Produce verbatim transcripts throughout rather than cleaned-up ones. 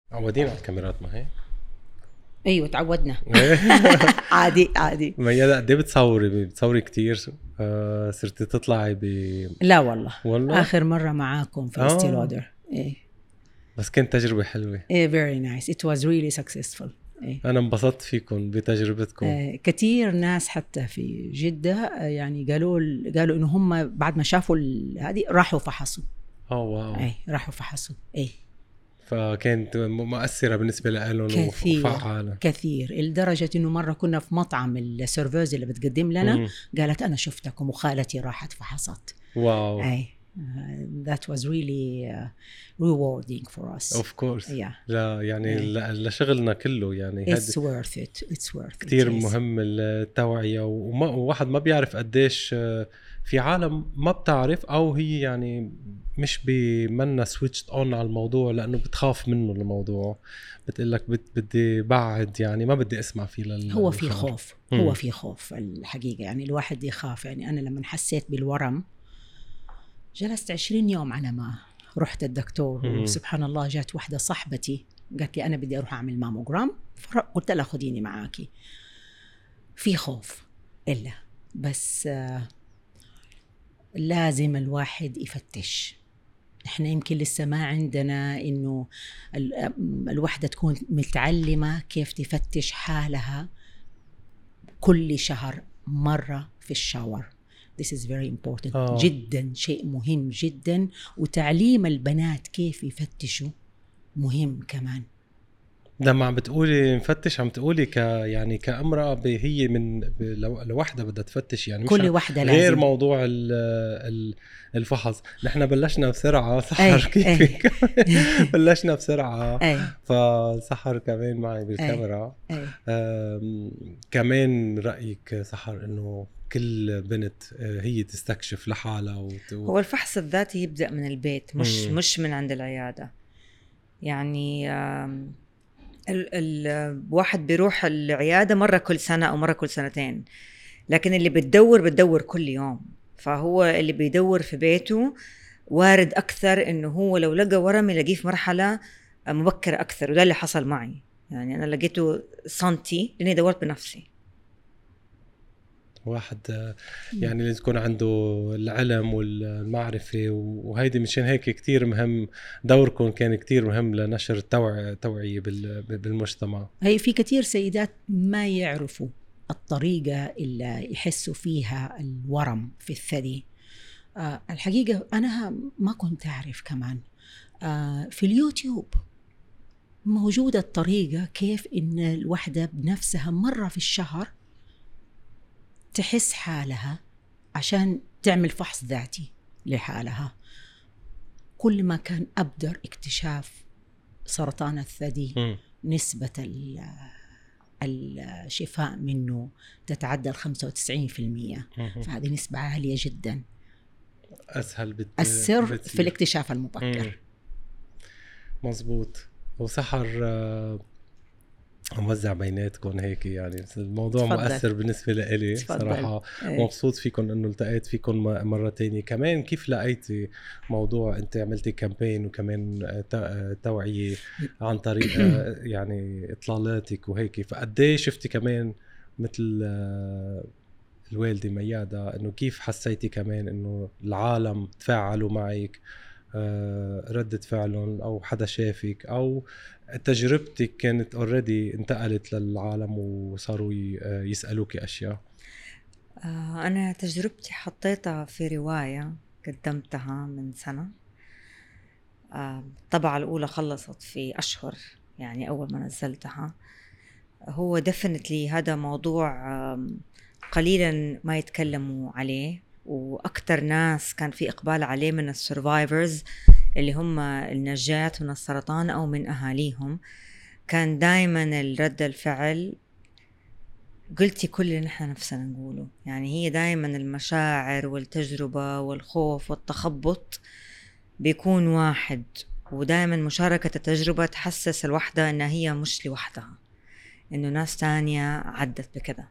عودين على الكاميرات ما هي. ايوه تعودنا. عادي عادي. ميادة قد ايه بتصوري بتصوري كتير؟ آه صرتي تطلعي ب لا والله والله اخر مره معاكم في آه. استي لودر. ايه بس كانت تجربة حلوة. ايه very nice, it was really successful. إيه. انا انبسطت فيكم بتجربتكم. آه كثير ناس حتى في جدة آه يعني قالوا قالوا انه هم بعد ما شافوا هذه راحوا فحصوا. اه واو. ايه راحوا فحصوا. ايه فكانت مؤثرة بالنسبة لهم كثير وفعالة كثير لدرجة انه مرة كنا في مطعم السيرفرز اللي بتقدم لنا مم. قالت انا شفتكم وخالتي راحت فحصت. واو. اي uh, that was really uh, rewarding for us. of course. yeah. لا يعني yeah. لشغلنا كله يعني it's worth it it's worth كتير it, yes. مهم التوعية وما وواحد ما بيعرف قديش في عالم ما بتعرف أو هي يعني مش بمنا switched on على الموضوع لأنه بتخاف منه الموضوع، بتقلك بدي بعد يعني ما بدي أسمع فيه لل هو في خوف مم. هو في خوف الحقيقة يعني الواحد يخاف. يعني أنا لما حسيت بالورم جلست عشرين يوم على ما رحت الدكتور. مم. وسبحان الله جات واحدة صاحبتي قالت لي أنا بدي أروح أعمل ماموجرام، قلت لها خديني معاكي. في خوف إلا بس آه لازم الواحد يفتش. احنا يمكن لسه ما عندنا انه الوحدة تكون متعلمة كيف تفتش حالها كل شهر مرة في الشاور. This is very important. آه. جدا شيء مهم جدا. وتعليم البنات كيف يفتشوا مهم كمان. لما عم بتقولي نفتش عم تقولي ك يعني كامرأة هي من لوحدة بدها تفتش يعني مش كل وحدة غير لازم. موضوع ال الفحص. نحن بلشنا بسرعة سحر كيفك بلشنا بسرعة أي. فسحر كمان معي بالكاميرا. أي. أي. كمان رأيك سحر انه كل بنت هي تستكشف لحالها وت... هو الفحص الذاتي يبدأ من البيت مش مم. مش من عند العيادة. يعني الواحد بيروح العيادة مرة كل سنة أو مرة كل سنتين، لكن اللي بتدور بتدور كل يوم. فهو اللي بيدور في بيته وارد أكثر إنه هو لو لقى ورم يلاقيه في مرحلة مبكرة أكثر، وده اللي حصل معي. يعني أنا لقيته سنتي لأني دورت بنفسي. واحد يعني لازم يكون عنده العلم والمعرفة، وهيدي مشان هيك كتير مهم دوركم، كان كتير مهم لنشر التوعية توعية بالمجتمع. هي في كتير سيدات ما يعرفوا الطريقة اللي يحسوا فيها الورم في الثدي. آه الحقيقة أنا ما كنت أعرف كمان. آه في اليوتيوب موجودة الطريقة كيف إن الوحدة بنفسها مرة في الشهر تحس حالها عشان تعمل فحص ذاتي لحالها. كل ما كان أبدر اكتشاف سرطان الثدي م. نسبة الشفاء منه تتعدى خمسة وتسعين بالمئة. فهذه نسبة عالية جدا. أسهل بت... السر بت... في الاكتشاف المبكر. مظبوط. وسحر موزع بيناتكم هيك يعني الموضوع تفضل. مؤثر بالنسبة لإلي صراحة. ايه. مبسوط فيكم انه التقيت فيكم مرة تانية. كمان كيف لقيتي موضوع انت عملتي كامبين وكمان توعية عن طريق يعني اطلالاتك وهيك، فقديه شفتي كمان مثل الوالدة ميادة انه كيف حسيتي كمان انه العالم تفاعلوا معك، ردة فعلهم او حدا شافك او تجربتك كانت already انتقلت للعالم وصاروا يسألوك أشياء؟ أنا تجربتي حطيتها في رواية قدمتها من سنة. الطبعة الأولى خلصت في أشهر يعني أول ما نزلتها. هو definitely هذا موضوع قليلا ما يتكلموا عليه، وأكتر ناس كان في إقبال عليه من السرفايفرز اللي هم النجات من السرطان أو من أهاليهم. كان دايما الرد الفعل قلتي كل اللي نحن نفسنا نقوله. يعني هي دايما المشاعر والتجربة والخوف والتخبط بيكون واحد، ودايما مشاركة التجربة تحسس الوحدة إنها هي مش لوحدها، إنه ناس تانية عدت بكده.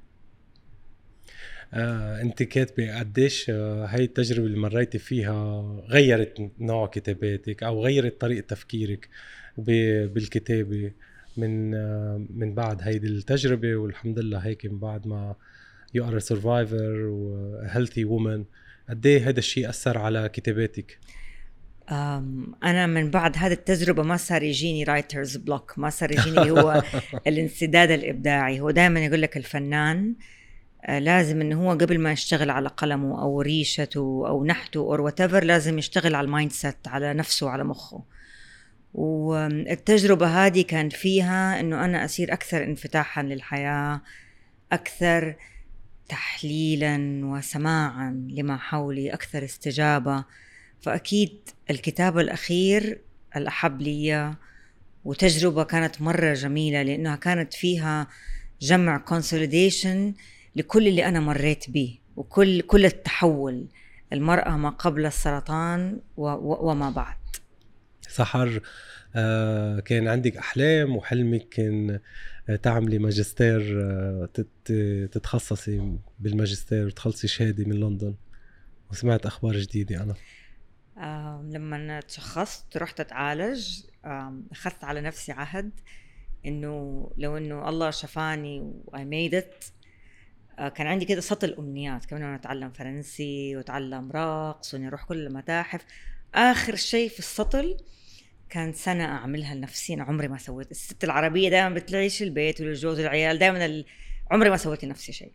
آه، انت كاتبه قديش آه، هاي التجربه اللي مريتي فيها غيرت نوع كتاباتك او غيرت طريقه تفكيرك وبالكتابة من من بعد هيدي التجربة، والحمد لله هيك من بعد ما you are a survivor و a healthy woman، قد ايه هذا الشيء أثر على كتاباتك؟ أنا من بعد هذه التجربة ما صار يجيني رايترز بلوك، ما صار يجيني هو الانسداد الإبداعي. هو دائما يقول لك الفنان لازم إنه هو قبل ما يشتغل على قلمه أو ريشته أو نحته أو whatever لازم يشتغل على المايند سيت، على نفسه على مخه. والتجربة هذه كان فيها إنه أنا أصير أكثر انفتاحا للحياة، أكثر تحليلا وسماعا لما حولي، أكثر استجابة. فأكيد الكتاب الأخير الأحب لي، وتجربة كانت مرة جميلة لأنها كانت فيها جمع consolidation لكل اللي أنا مريت به، وكل كل التحول، المرأة ما قبل السرطان وما بعد. سحر، آه كان عندك أحلام وحلمك كان تعملي ماجستير، آه تتخصصي بالماجستير وتخلصي شهادة من لندن، وسمعت أخبار جديدة. أنا آه لما تشخصت رحت أتعالج، آه أخذت على نفسي عهد إنه لو إنه الله شفاني و I made it، آه كان عندي كده سطل أمنيات كمان، أنا أتعلم فرنسي وأتعلم رقص وإني أروح كل المتاحف. آخر شيء في السطل كان سنة أعملها لنفسي، أنا عمري ما سويت. الست العربية دائما بتعيش البيت والجوز والعيال، دائما ال... عمري ما سويت لنفسي شيء.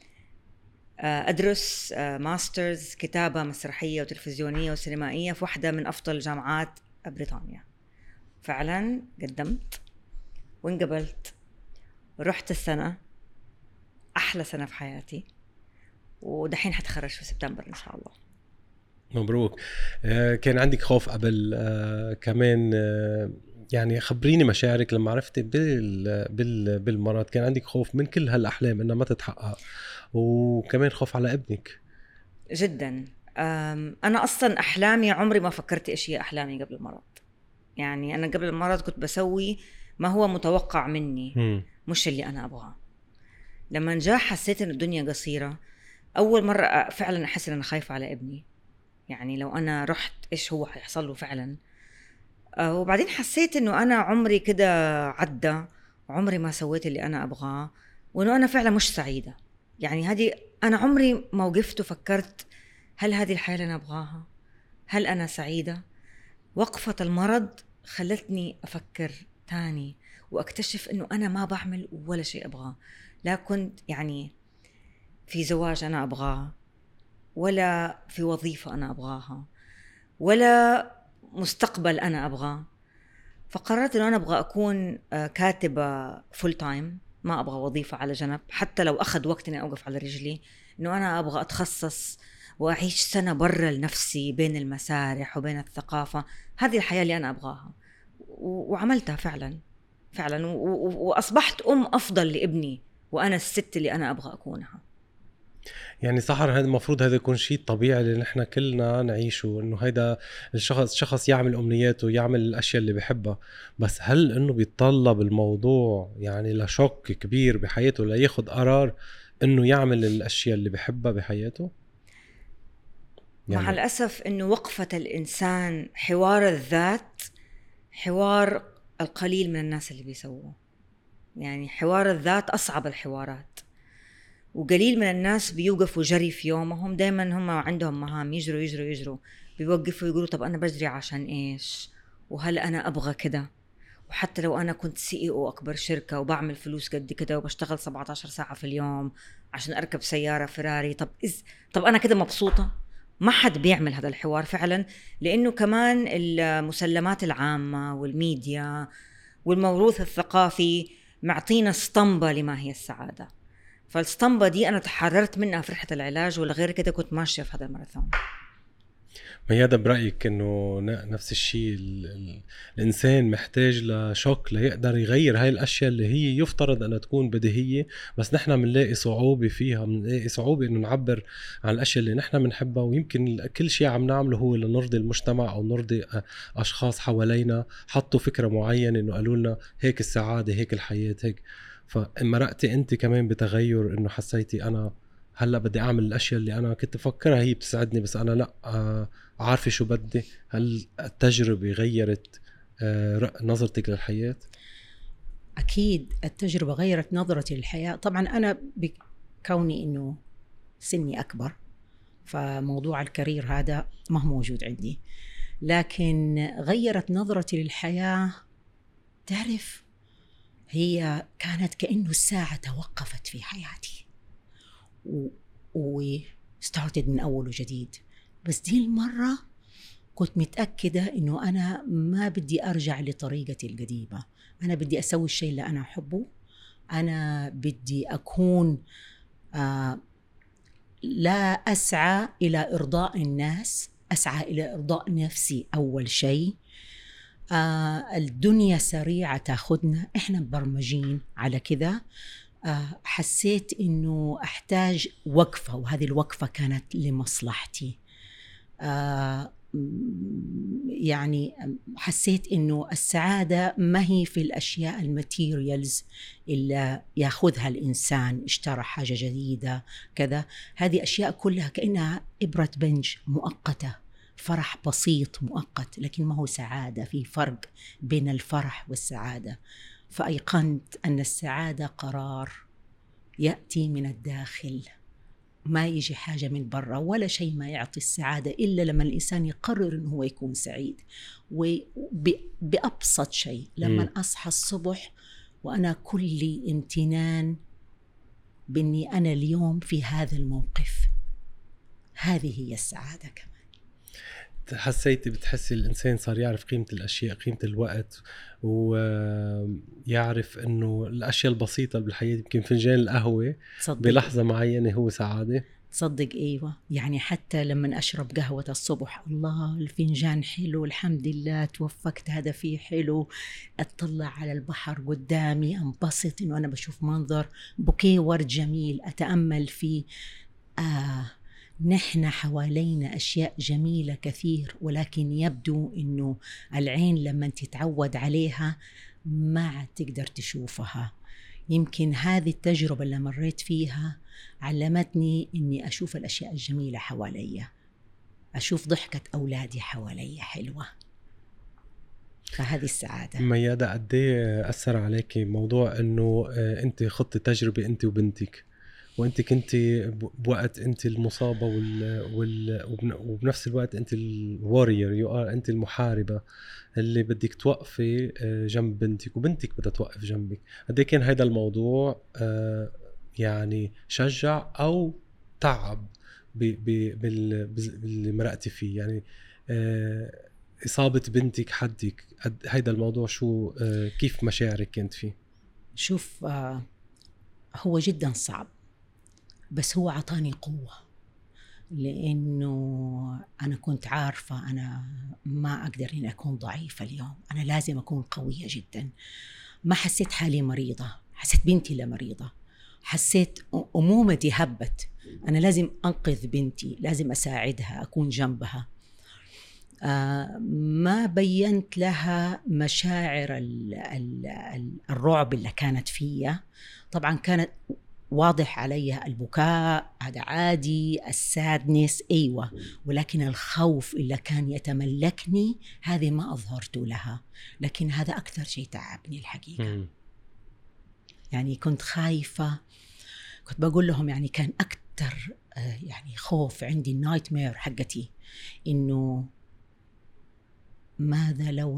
أدرس ماسترز كتابة مسرحية وتلفزيونية وسينمائية في واحدة من أفضل جامعات بريطانيا. فعلا قدمت وانقبلت، رحت السنة أحلى سنة في حياتي، ودحين حتخرج في سبتمبر إن شاء الله. مبروك. آه كان عندك خوف قبل آه كمان، آه يعني خبريني مشاعرك لما عرفتي بال بال بالمرض. كان عندك خوف من كل هالأحلام إنها ما تتحقق، وكمان خوف على ابنك؟ جدا. أنا أصلا أحلامي عمري ما فكرت إيش هي أحلامي قبل المرض. يعني أنا قبل المرض كنت بسوي ما هو متوقع مني، م. مش اللي أنا أبغاه. لما جاء حسيت إن الدنيا قصيرة، أول مرة فعلا أحس إن أنا خايفة على ابني، يعني لو أنا رحت إيش هو هيحصل له فعلا. أه وبعدين حسيت إنه أنا عمري كده عدى، عمري ما سويت اللي أنا أبغاه، وإنه أنا فعلا مش سعيدة. يعني هذه أنا عمري ما وقفت وفكرت هل هذه الحياة اللي أنا أبغاها؟ هل أنا سعيدة؟ وقفة المرض خلتني أفكر تاني وأكتشف إنه أنا ما بعمل ولا شيء أبغاه. لا كنت يعني في زواج أنا أبغاه، ولا في وظيفة أنا أبغاها، ولا مستقبل أنا أبغاه. فقررت إنه أنا أبغى أكون كاتبة فول تايم، ما أبغى وظيفة على جنب، حتى لو أخذ وقت إني أوقف على رجلي. إنه أنا أبغى أتخصص وأعيش سنة برا لنفسي بين المسارح وبين الثقافة. هذه الحياة اللي أنا أبغاها، وعملتها فعلا فعلا، وأصبحت أم أفضل لابني، وأنا الست اللي أنا أبغى أكونها. يعني سحر، هذا المفروض هذا يكون شيء طبيعي اللي نحن كلنا نعيشه، انه هيدا الشخص شخص يعمل امنياته ويعمل الاشياء اللي بيحبها. بس هل انه بيتطلب الموضوع يعني لشوك كبير بحياته لياخد قرار انه يعمل الاشياء اللي بيحبها بحياته؟ يعني مع الاسف انه وقفة الانسان حوار الذات حوار القليل من الناس اللي بيسووه. يعني حوار الذات اصعب الحوارات، وقليل من الناس بيوقفوا جري في يومهم. دايما هم عندهم مهام، يجروا يجروا يجروا، بيوقفوا يقولوا طب أنا بجري عشان إيش؟ وهل أنا أبغى كده؟ وحتى لو أنا كنت سي إي أو أكبر شركة وبعمل فلوس قد كده وبشتغل سبعة عشر ساعة في اليوم عشان أركب سيارة فراري، طب إز طب أنا كده مبسوطة؟ ما حد بيعمل هذا الحوار فعلا، لأنه كمان المسلمات العامة والميديا والموروث الثقافي معطينا اسطمبة لما هي السعادة. فالاسطمبة دي أنا تحررت منها في رحلة العلاج، ولا غير كده كنت ماشية في هذا الماراثون. ميادة، برأيك إنه نفس الشيء الإنسان محتاج لشوك ليقدر يغير هاي الأشياء اللي هي يفترض أنها تكون بديهية، بس نحن منلاقي صعوبة فيها، منلاقي صعوبة إنه نعبر عن الأشياء اللي نحن منحبها، ويمكن كل شيء عم نعمله هو لنرضي المجتمع أو نرضي أشخاص حوالينا حطوا فكرة معينة إنه قالوا لنا هيك السعادة، هيك الحياة، هيك. فمرأتي أنت كمان بتغير، إنه حسيتي أنا هلأ بدي أعمل الأشياء اللي أنا كنت أفكرها هي بتسعدني، بس أنا لأ آه عارفة شو بدي. هل التجربة غيرت نظرتك للحياة؟ أكيد التجربة غيرت نظرتي للحياة. طبعا أنا بكوني إنه سني أكبر فموضوع الكارير هذا ما هو موجود عندي، لكن غيرت نظرتي للحياة. تعرف هي كانت كأنه الساعة توقفت في حياتي و... و... started من أول وجديد. بس دي المرة كنت متأكدة إنه أنا ما بدي أرجع لطريقتي القديمة، أنا بدي أسوي الشيء اللي أنا أحبه، أنا بدي أكون آه لا أسعى إلى إرضاء الناس، أسعى إلى إرضاء نفسي أول شيء. آه الدنيا سريعة تاخدنا، إحنا مبرمجين على كذا. آه حسيت إنه أحتاج وقفة، وهذه الوقفة كانت لمصلحتي. آه يعني حسيت إنه السعادة ما هي في الأشياء الماتيريالز اللي ياخذها الإنسان، اشترى حاجة جديدة كذا، هذه أشياء كلها كأنها إبرة بنج مؤقتة، فرح بسيط مؤقت، لكن ما هو سعادة. في فرق بين الفرح والسعادة. فأيقنت أن السعادة قرار يأتي من الداخل، ما يجي حاجة من برا، ولا شيء ما يعطي السعادة إلا لما الإنسان يقرر أنه هو يكون سعيد. وبأبسط شيء لما أصحى الصبح وأنا كلي امتنان بأني أنا اليوم في هذا الموقف، هذه هي السعادة. كمان حسيتي بتحسي الإنسان صار يعرف قيمة الأشياء، قيمة الوقت، ويعرف أنه الأشياء البسيطة بالحياة، يمكن فنجان القهوة بلحظة معينة هو سعادة. تصدق أيوة، يعني حتى لما أشرب قهوة الصبح، الله الفنجان حلو الحمد لله توفقت هذا فيه حلو، أطلع على البحر قدامي أنبسط إنه أنا بشوف منظر بوكيه ورد جميل أتأمل فيه. آه نحن حوالينا أشياء جميلة كثير، ولكن يبدو إنه العين لما تتعود عليها ما عاد تقدر تشوفها. يمكن هذه التجربة اللي مريت فيها علمتني إني أشوف الأشياء الجميلة حواليا، أشوف ضحكة أولادي حواليا حلوة، فهذه السعادة. ميادة، قد ايه أثر عليك موضوع إنه أنت خضتي تجربة أنت وبنتك، وانت كنت بوقت انت المصابه وال... وال... وبنفس الوقت انت الوارير، يو ار انت المحاربه اللي بدك توقفي جنب بنتك، وبنتك بدها توقف جنبك. قد ايه كان هذا الموضوع يعني شجع او تعب ب... ب... بال... باللي مرقتي فيه؟ يعني اصابه بنتك حدك، هذا الموضوع شو كيف مشاعرك كانت فيه؟ شوف، هو جدا صعب، بس هو عطاني قوة، لأنه أنا كنت عارفة أنا ما أقدر أن أكون ضعيفة اليوم، أنا لازم أكون قوية جدا. ما حسيت حالي مريضة، حسيت بنتي لا مريضة، حسيت أمومتي هبت، أنا لازم أنقذ بنتي، لازم أساعدها، أكون جنبها. آه ما بينت لها مشاعر ال ال ال الرعب اللي كانت فيها. طبعا كانت واضح عليها البكاء، هذا عادي، السادنس أيوة، ولكن الخوف اللي كان يتملكني هذه ما أظهرته لها، لكن هذا أكثر شيء تعبني الحقيقة. م. يعني كنت خايفة، كنت بقول لهم يعني كان أكثر يعني خوف عندي النايت مير حقتي، إنه ماذا لو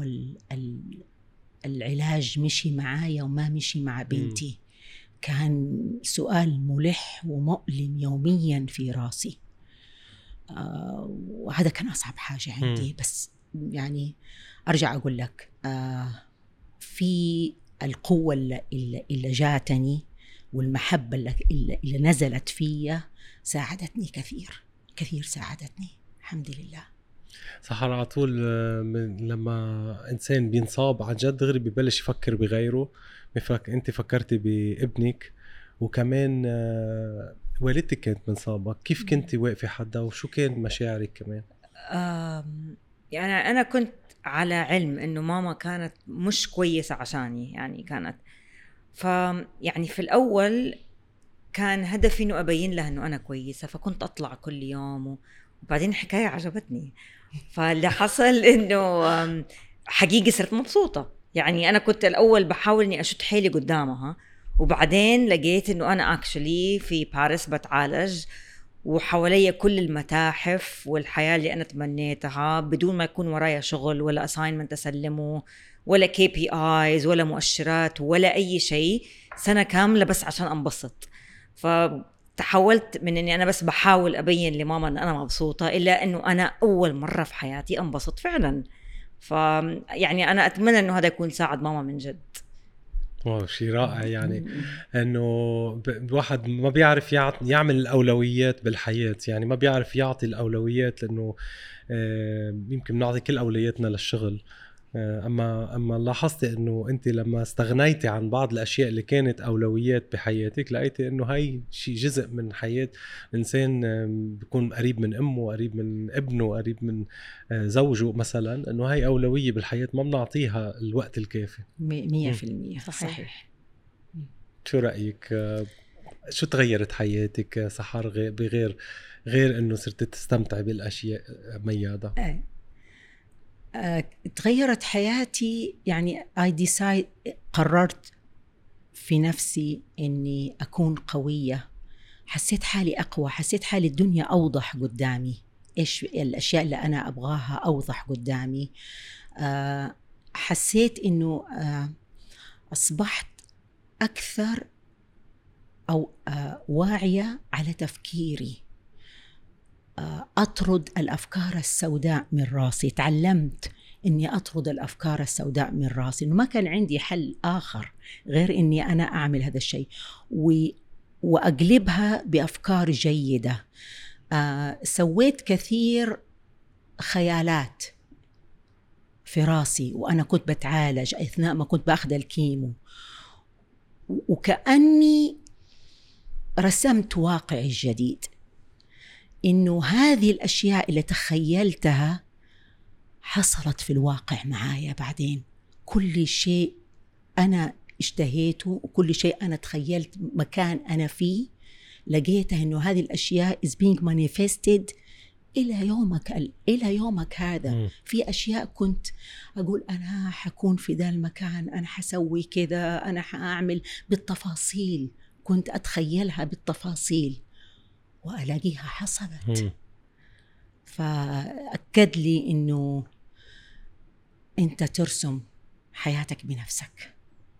العلاج مشي معايا وما مشي مع بنتي. م. كان سؤال ملح ومؤلم يوميا في راسي. آه وهذا كان أصعب حاجة عندي. م. بس يعني أرجع أقول لك، آه في القوة اللي, اللي جاتني والمحبة اللي, اللي نزلت فيا ساعدتني كثير كثير، ساعدتني الحمد لله. صح، على طول لما إنسان بينصاب عن جد غير ببلش يفكر بغيره. مفك انت فكرتي بابنك، وكمان والدتك كانت منصابة، كيف كنت واقفة حدا وشو كان مشاعرك كمان؟ يعني أنا كنت على علم إنه ماما كانت مش كويسة عشاني، يعني كانت ف يعني في الأول كان هدفي إنه أبين لها إنه أنا كويسة، فكنت أطلع كل يوم، وبعدين حكاية عجبتني. فاللي حصل إنه حقيقي صرت مبسوطة. يعني أنا كنت الأول بحاول إني أشد حيلي قدامها، وبعدين لقيت إنه أنا أكشلي في باريس بتعالج وحوالي كل المتاحف والحياة اللي أنا تمنيتها بدون ما يكون ورايا شغل ولا أساينمنت أسلمه ولا كي بي آيز ولا مؤشرات ولا أي شيء، سنة كاملة بس عشان أنبسط. فتحولت من إني أنا بس بحاول أبين لماما أن أنا مبسوطة إلا إنه أنا أول مرة في حياتي أنبسط فعلا. فيعني أنا أتمنى إنه هذا يكون ساعد ماما من جد. واو شيء رائع. يعني انه الواحد ما بيعرف يعمل الاولويات بالحياه، يعني ما بيعرف يعطي الاولويات، لانه يمكن نعطي كل اولوياتنا للشغل. اما اما لاحظت انه انت لما استغنيتي عن بعض الاشياء اللي كانت اولويات بحياتك، لقيتي انه هاي شيء جزء من حياه انسان بيكون قريب من امه، قريب من ابنه، قريب من زوجه مثلا، انه هاي اولويه بالحياه ما بنعطيها الوقت الكافي. مية في المية صحيح. صحيح. شو رايك؟ شو تغيرت حياتك سحر بغير غير انه صرت تستمتعي بالاشياء ميادة؟ أه. أه، تغيرت حياتي. يعني I decide قررت في نفسي إني أكون قوية. حسيت حالي أقوى، حسيت حالي الدنيا أوضح قدامي، إيش الأشياء اللي أنا أبغاها أوضح قدامي. أه، حسيت إنه أه أصبحت أكثر أو أه واعية على تفكيري. أطرد الأفكار السوداء من راسي. تعلمت إني أطرد الأفكار السوداء من راسي، إنه ما كان عندي حل آخر غير إني أنا أعمل هذا الشيء وأقلبها بأفكار جيدة. آه سويت كثير خيالات في راسي وأنا كنت بتعالج أثناء ما كنت بأخذ الكيمو، وكأني رسمت واقعي الجديد، إنه هذه الأشياء اللي تخيلتها حصلت في الواقع معايا. بعدين كل شيء أنا اشتهيته وكل شيء أنا تخيلت مكان أنا فيه، لقيتها إنه هذه الأشياء is being manifested إلى يومك إلى يومك هذا. م. في أشياء كنت أقول أنا حكون في ذا المكان، أنا حسوي كذا، أنا حأعمل بالتفاصيل، كنت أتخيلها بالتفاصيل وألاقيها حصلت. م. فأكد لي إنه أنت ترسم حياتك بنفسك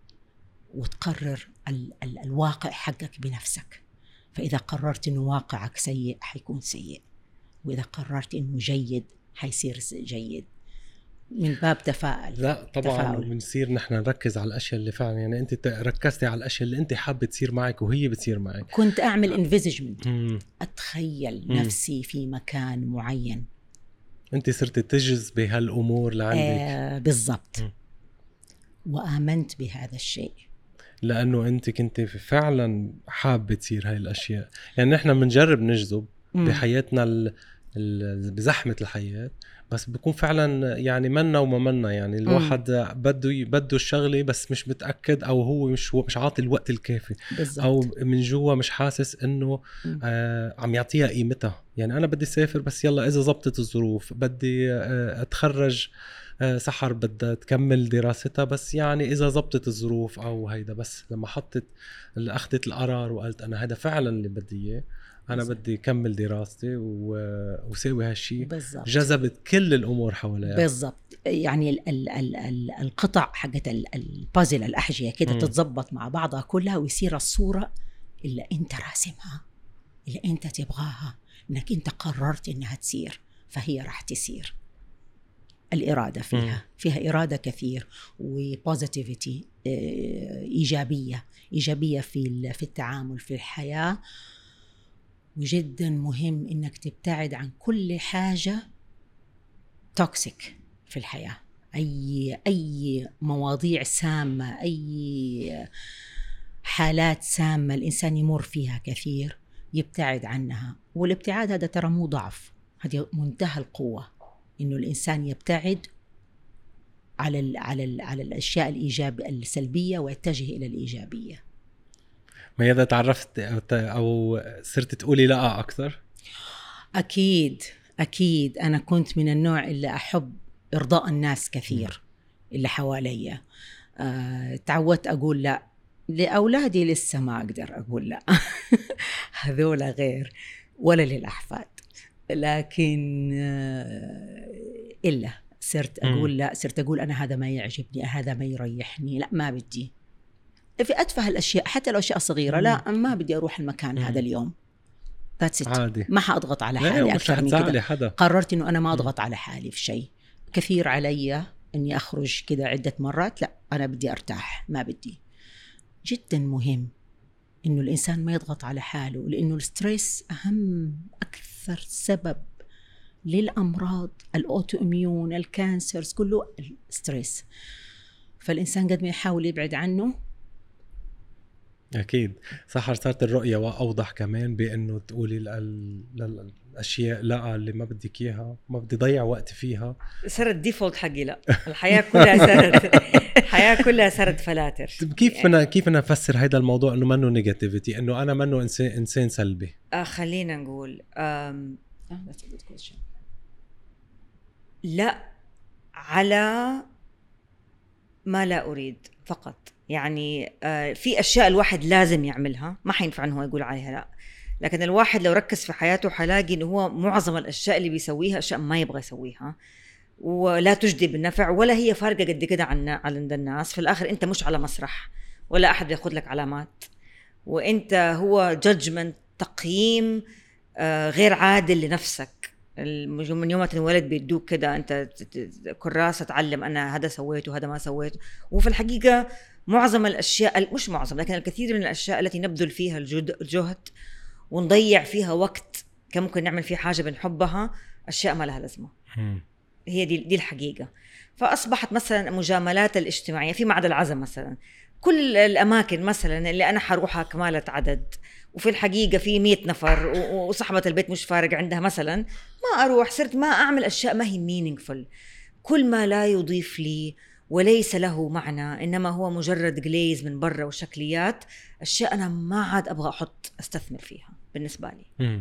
وتقرر ال- ال- الواقع حقك بنفسك. فإذا قررت إنه واقعك سيء حيكون سيء، وإذا قررت إنه جيد حيصير جيد. من باب تفاؤل. لا طبعا بنصير نحن نركز على الاشياء اللي فعلا، يعني انت ركزتي على الاشياء اللي انت حابه تصير معك وهي بتصير معك. كنت اعمل انفيزجمنت، اتخيل مم. نفسي في مكان معين. انت صرت تجذبي هالامور لعندك. آه بالضبط. وآمنت بهذا الشيء لانه انت كنت فعلا حابه تصير هاي الاشياء. يعني نحن بنجرب نجذب بحياتنا ال بزحمة الحياة، بس بيكون فعلا يعني منا وما منا. يعني الواحد م. بده بده الشغلة بس مش متأكد، أو هو مش مش عاطي الوقت الكافي بالزبط. أو من جوا مش حاسس إنه آه عم يعطيها قيمتها. يعني أنا بدي سافر بس يلا إذا زبطت الظروف، بدي آه أتخرج آه سحر بدها تكمل دراستها بس يعني إذا زبطت الظروف أو هيدا. بس لما حطت أخذت القرار وقلت أنا هذا فعلا اللي بدي إياه، أنا بالزبط. بدي كمل دراستي وساوي هالشي، جذبت كل الأمور حواليها. بالضبط. يعني ال ال ال ال القطع حقت البازل الأحجية كده تتزبط مع بعضها كلها، ويصير الصورة اللي أنت راسمها اللي أنت تبغاها، إنك أنت قررت إنها تصير، فهي راح تصير. الإرادة فيها م. فيها إرادة كثير، وبوزيتيفيتي إيجابية إيجابية في في التعامل في الحياة. وجدا مهم إنك تبتعد عن كل حاجة توكسيك في الحياة. أي أي مواضيع سامة، أي حالات سامة الإنسان يمر فيها كثير، يبتعد عنها. والابتعاد هذا ترى مو ضعف، هذه منتهى القوة، إنه الإنسان يبتعد على ال على ال على الأشياء الإيجاب السلبية ويتجه إلى الإيجابية. ما إذا تعرفت أو صرت تقولي لا أكثر؟ أكيد أكيد. أنا كنت من النوع اللي أحب إرضاء الناس كثير. اللي حواليا. آه، تعودت أقول لا لأولادي، لسه ما أقدر أقول لا هذول غير، ولا للأحفاد، لكن آه إلا صرت أقول لا، صرت أقول أنا هذا ما يعجبني، هذا ما يريحني، لا ما بدي في أتفه الأشياء، حتى لو أشياء صغيرة. لا ما بدي أروح المكان هذا اليوم، عادي، ما حأضغط على حالي أكثر من كده. قررت إنه أنا ما أضغط على حالي في شيء كثير علي إني أخرج كده عدة مرات، لا أنا بدي أرتاح، ما بدي. جدا مهم إنه الإنسان ما يضغط على حاله، لأنه الستريس أهم أكثر سبب للأمراض الأوتو إميون، الكانسرز، كله الستريس. فالإنسان قد ما يحاول يبعد عنه. أكيد. سحر، صارت الرؤية وأوضح كمان بأنه تقولي الأشياء لا اللي ما بدك إياها، ما بدي ضيع وقت فيها. صارت ديفولت حقي، لا الحياة كلها صارت الحياة كلها صارت فلاتر. كيف يعني أنا كيف أنا أفسر هذا الموضوع إنه منه نيجاتيفيتي، إنه أنا منه إنسان إنسان سلبي؟ آه خلينا نقول أم... لا على ما لا أريد فقط. يعني آه في أشياء الواحد لازم يعملها، ما حينفع أنه يقول عليها لا، لكن الواحد لو ركز في حياته حلاقي أنه هو معظم الأشياء اللي بيسويها أشياء ما يبغى يسويها ولا تجدي بالنفع ولا هي فارقة قد كده عن عند الناس. في الآخر أنت مش على مسرح ولا أحد يأخذ لك علامات، وأنت هو جادجمنت، تقييم آه غير عادل لنفسك. من يوم تنولد بيدوك كده أنت كراسة تعلم أنا هذا سويته وهذا ما سويته. وفي الحقيقة معظم الأشياء، مش معظم لكن الكثير من الأشياء التي نبذل فيها الجهد ونضيع فيها وقت كان ممكن نعمل فيه حاجة بنحبها، أشياء ما لها لازمة. هي دي, دي الحقيقة. فأصبحت مثلا مجاملات الاجتماعية في معهد العزم مثلا، كل الأماكن مثلا اللي أنا حروحها كمالة عدد وفي الحقيقة في مية نفر وصاحبة البيت مش فارق عندها مثلا، ما أروح. صرت ما أعمل أشياء ما هي meaningful، كل ما لا يضيف لي وليس له معنى إنما هو مجرد جليز من برا وشكليات، أشياء أنا ما عاد أبغى أحط أستثمر فيها بالنسبة لي. مم.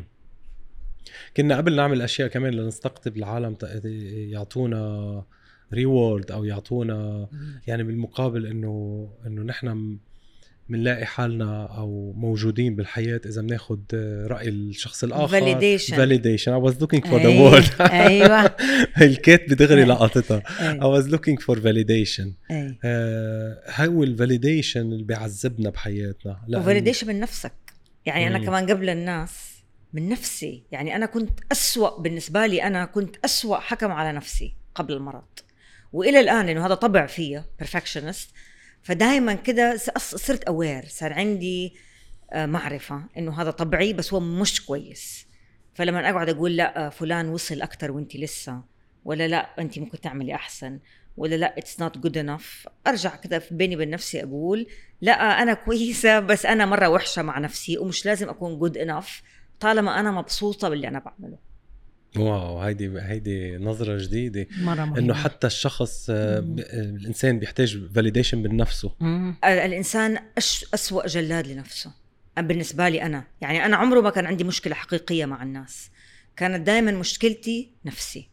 كنا قبل نعمل أشياء كمان لنستقطب العالم يعطونا ريورد أو يعطونا يعني بالمقابل إنه إنه نحن منلاقي حالنا أو موجودين بالحياة إذا بناخد رأي الشخص الآخر. validation validation I was looking for the word. أيوة الكات بدغري لقطتها. I was looking for validation. آه هو الvalidation اللي بيعذبنا بحياتنا. validation من نفسك. يعني أنا كمان قبل الناس من نفسي، يعني أنا كنت أسوأ بالنسبة لي، أنا كنت أسوأ حكم على نفسي قبل المرض، وإلى الآن إنه هذا طبع فيا perfectionist. فدائما كده صرت أوير، صار عندي معرفة إنه هذا طبعي بس هو مش كويس. فلما أقعد أقول لا فلان وصل أكتر وإنتي لسه، ولا لا أنتي ممكن تعملي أحسن، ولا لا it's not good enough، أرجع كده في بيني وبين نفسي أقول لا أنا كويسة بس أنا مرة وحشة مع نفسي ومش لازم أكون good enough طالما أنا مبسوطة باللي أنا بعمله. واو، هيدي هيدي نظرة جديدة إنه حتى الشخص مم. الإنسان بيحتاج validation بالنفسه. مم. الإنسان أش أسوأ جلاد لنفسه بالنسبة لي أنا. يعني أنا عمره ما كان عندي مشكلة حقيقية مع الناس، كانت دائما مشكلتي نفسي.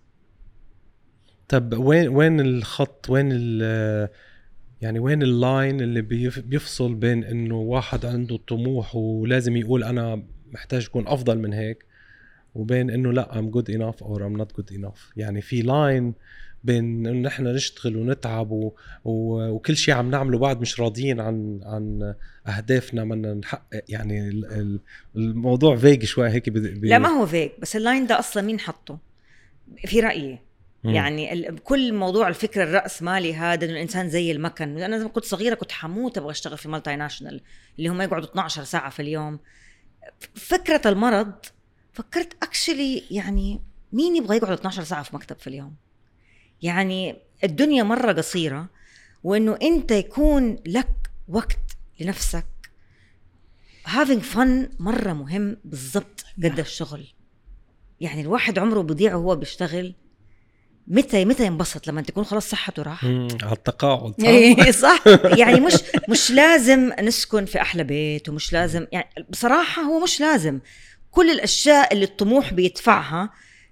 طب وين وين الخط، وين ال يعني وين اللاين اللي بيفصل بين إنه واحد عنده طموح ولازم يقول أنا محتاج أكون أفضل من هيك، وبين إنه لا I'm good enough or I'm not good enough؟ يعني في لاين بين إنه إحنا نشتغل ونتعب و... و... وكل شيء عم نعمله بعد مش راضيين عن عن أهدافنا بدنا نحقق. يعني الموضوع فيج شوي هيك ب... ب... لا ما هو فيج، بس اللاين ده أصلا مين حطه في رأيي؟ يعني ال... كل موضوع الفكر الرأس مالي هذا إنه الإنسان زي المكن. أنا لما كنت صغيرة كنت حموت أبغى أشتغل في مالتي ناشنال اللي هم يقعدوا اثنا عشر ساعة في اليوم. فكرة المرض فكرت أكشلي يعني مين يبغى يقعد اثنا عشر ساعة في مكتب في اليوم؟ يعني الدنيا مرة قصيرة، وإنه أنت يكون لك وقت لنفسك having fun مرة مهم بالضبط قد الشغل. يعني الواحد عمره بيضيع وهو بيشتغل. متى متى ينبسط؟ لما تكون خلاص صحته راح على التقاعد. صح, صح. يعني مش مش لازم نسكن في أحلى بيت، ومش لازم، يعني بصراحة هو مش لازم كل الأشياء اللي الطموح بيدفعها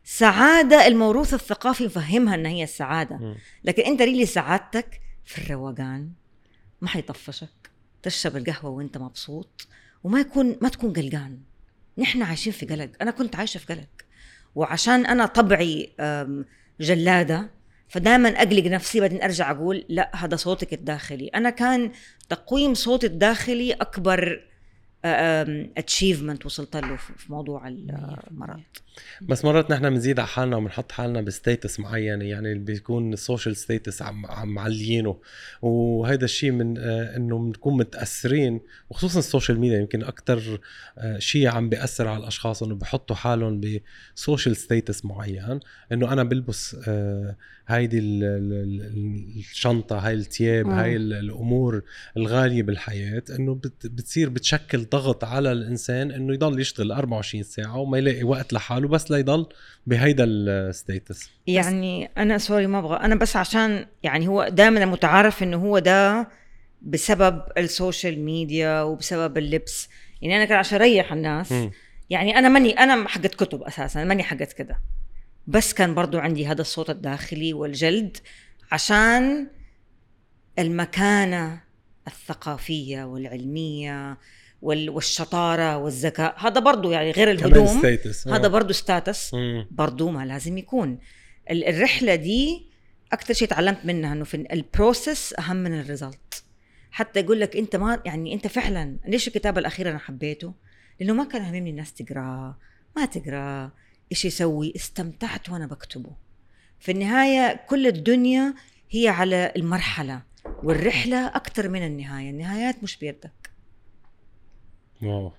سعادة الموروث الثقافي فهمها أن هي السعادة، لكن أنت ريلي سعادتك في الروقان، ما حيطفشك، تشرب القهوة وأنت مبسوط وما يكون ما تكون قلقان. نحن عايشين في قلق، أنا كنت عايشة في قلق، وعشان أنا طبعي جلادة فدائما أقلق نفسي، بعدين أرجع أقول لا هذا صوتك الداخلي. أنا كان تقويم صوتي الداخلي أكبر achievement وصلت له في موضوع المرض. بس مرات نحن بنزيد على حالنا وبنحط حالنا بستيتس معين، يعني بيكون السوشيال ستيتس عم عم معليينه، وهذا الشيء من آه انه بنكون متاثرين، وخصوصا السوشيال ميديا يمكن اكثر آه شيء عم بياثر على الاشخاص انه بحطوا حالهم بسوشيال ستيتس معين، انه انا بلبس آه هيدي الشنطه، هاي الثياب، هاي الامور الغاليه بالحياه، انه بتصير بتشكل ضغط على الانسان انه يضل يشتغل أربعة وعشرين ساعه وما يلاقي وقت لحاله بس لا يضل بهيدا الستيتس. يعني انا سوري ما ابغى، انا بس عشان يعني هو دائما متعارف انه هو ده بسبب السوشيال ميديا وبسبب اللبس. يعني انا كان عشان اريح الناس م. يعني انا ماني انا حقت كتب اساسا، ماني حقت كده، بس كان برضو عندي هذا الصوت الداخلي والجلد عشان المكانة الثقافية والعلمية والشطارة والذكاء. هذا برضو يعني غير الهدوم، هذا برضو ستاتس، برضو ما لازم يكون. الرحلة دي أكتر شيء تعلمت منها أنه في البروسس أهم من الريزلت. حتى يقول لك أنت ما يعني أنت فعلا ليش الكتاب الأخير أنا حبيته؟ لأنه ما كان هممني الناس تقرأ ما تقرأ إيش يسوي، استمتعت وأنا بكتبه. في النهاية كل الدنيا هي على المرحلة، والرحلة أكتر من النهاية. النهايات مش بيدك. واو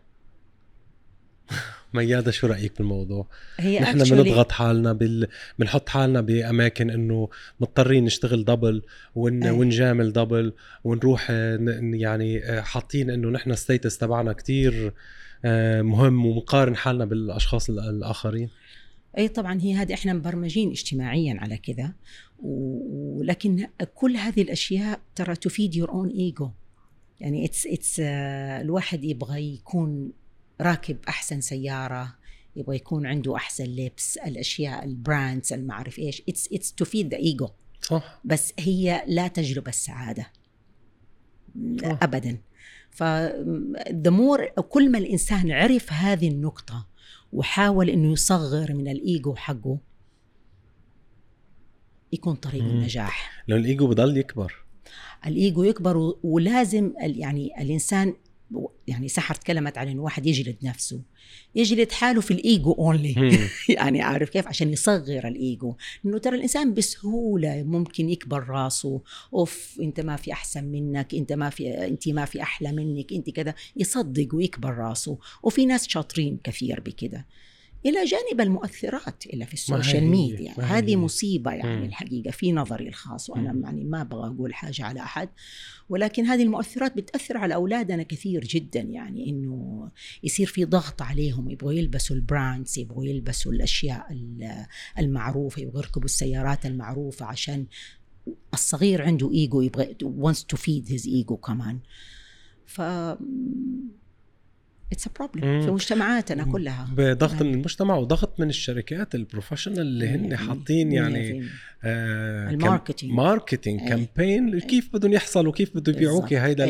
ميادة، شو رأيك بالموضوع؟ هي نحن بنضغط حالنا بال... بنحط حالنا بأماكن إنه مضطرين نشتغل دبل ون... ونجامل دبل ونروح ن... يعني حاطين إنه نحن ستيتس تبعنا كتير مهم ومقارن حالنا بالأشخاص الآخرين. أي طبعا هي هذه إحنا مبرمجين اجتماعيا على كذا، ولكن كل هذه الأشياء ترى تفيد your own ego. يعني it's it's uh, الواحد يبغى يكون راكب أحسن سيارة، يبغى يكون عنده أحسن لبس، الأشياء البراندز المعرف إيش، it's it's to feed the ego. صح. بس هي لا تجلب السعادة صح. أبدا. ف the more كل ما الإنسان عرف هذه النقطة وحاول إنه يصغر من الإيجو حقه يكون طريق النجاح. لو الإيجو بضل يكبر، الإيجو يكبر، ولازم يعني الإنسان يعني سحر تكلمت عن إنه واحد يجلد نفسه، يجلد حاله في الإيجو أونلي يعني عارف كيف عشان يصغر الإيجو. إنه ترى الإنسان بسهولة ممكن يكبر راسه، أوف أنت ما في أحسن منك، أنت ما في أنت ما في أحلى منك، أنت كذا، يصدق ويكبر راسه. وفي ناس شاطرين كثير بكده، إلى جانب المؤثرات إلا في السوشيال ميديا. هذه مصيبة يعني م. الحقيقة في نظري الخاص، وأنا م. يعني ما أبغى أقول حاجة على أحد، ولكن هذه المؤثرات بتأثر على أولادنا كثير جدا. يعني إنه يصير في ضغط عليهم، يبغوا يلبسوا البراندز، يبغوا يلبسوا الأشياء المعروفة، يبغوا يركبوا السيارات المعروفة، عشان الصغير عنده إيجو يبغى wants to feed his ego كمان. ف It's a problem في مجتمعاتنا كلها. بضغط من المجتمع وضغط من الشركات البروفيشنال اللي هن حاطين يعني آه الماركتينج ماركتينج كامبين كيف بدهم يحصلوا، كيف بدهم يبيعوكي هيدا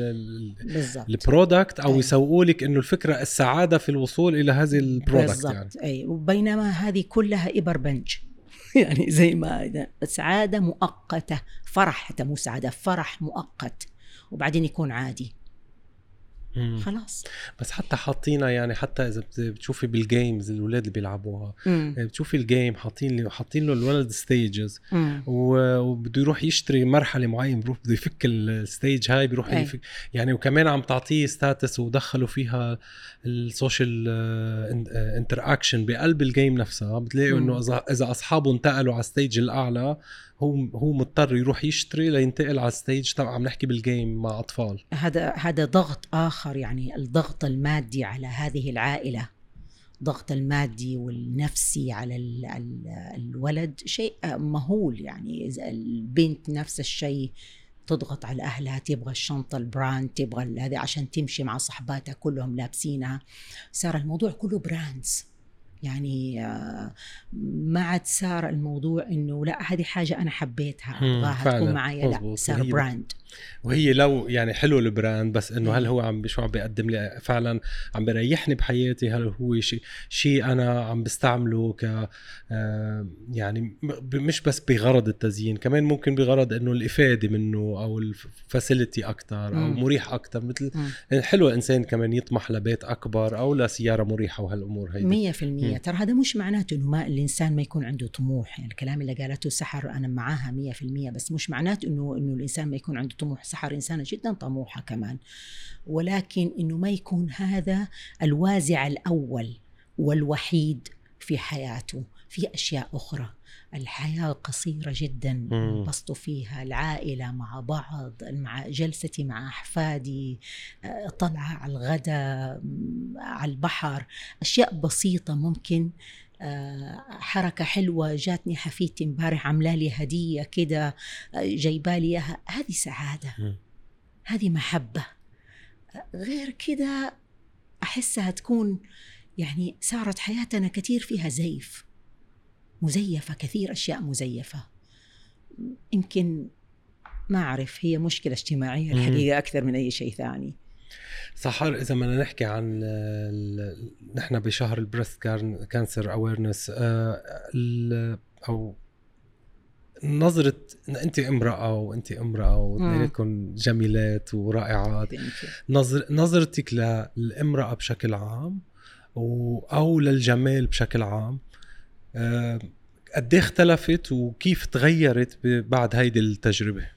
البرودكت او يسوقوا لك انه الفكره السعاده في الوصول الى هذه البرودكت يعني. اي وبينما هذه كلها ابر بنج يعني زي ما سعاده مؤقته، فرح حتى مو سعاده، فرح مؤقت وبعدين يكون عادي خلاص. بس حتى حاطينا يعني حتى اذا بتشوفي بالجيمز الولاد اللي بيلعبوها مم. بتشوفي الجيم حاطين له حاطين له الولد ستيجز، وبده يروح يشتري مرحله معينه، بيروح بده يفك الستيج هاي بيروح أي. يفك يعني، وكمان عم تعطيه ستاتس ودخلوا فيها السوشيال انتراكشن بقلب الجيم نفسها. بتلاقوا انه اذا اذا اصحابه انتقلوا على الستيج الاعلى هو هو مضطر يروح يشتري لينتقل على الستيج. طبعا عم نحكي بالجيم مع اطفال. هذا هذا ضغط اخر، يعني الضغط المادي على هذه العائله، ضغط المادي والنفسي على ال ال الولد شيء مهول. يعني اذا البنت نفس الشيء تضغط على اهلها، تبغى الشنطه البراند، تبغى هذا عشان تمشي مع صحباتها كلهم لابسينها. صار الموضوع كله براندز، يعني ما عاد صار الموضوع إنه لا هذه حاجة أنا حبيتها أبغاها تكون معايا، لا صار براند. وهي لو يعني حلو البراند بس إنه هل هو عم شو عم بيقدم لي فعلا، عم بيريحني بحياتي، هل هو شيء شيء أنا عم بستعمله ك يعني مش بس بغرض التزيين، كمان ممكن بغرض إنه الإفادة منه أو الفاسيلتي أكتر أو م. مريح أكتر. مثل م. حلو إنسان كمان يطمح لبيت أكبر أو لسيارة مريحة وهالأمور هيدي مية في المية. ترى هذا مش معناته إنه ما الإنسان ما يكون عنده طموح، يعني الكلام اللي قالته سحر أنا معاها مية في المية، بس مش معناته إنه إنه الإنسان ما يكون عنده طموح. سحر إنسانة جدا طموحة كمان، ولكن إنه ما يكون هذا الوازع الأول والوحيد في حياته. في أشياء أخرى، الحياة قصيرة جدا، انبسطوا فيها، العائلة مع بعض، مع جلستي مع أحفادي، طلعة على الغداء على البحر، أشياء بسيطة ممكن. حركة حلوة، جاتني حفيدتي امبارح عملالي هدية كده جايبالي إياها، هذه سعادة، هذه محبة. غير كده أحسها تكون يعني صارت حياتنا كثير فيها زيف، مزيفة، كثير أشياء مزيفة. يمكن ما أعرف، هي مشكلة اجتماعية الحقيقة أكثر من أي شيء ثاني. سحر، إذا بدنا نحكي عن نحن بشهر البريست كانسر أويرنس، أو نظرة أنت امرأة وأنت امرأة واثنينكم جميلات ورائعات، نظر نظرتك للامرأة بشكل عام أو للجمال بشكل عام قد ايه اختلفت وكيف تغيرت بعد هيدي التجربة؟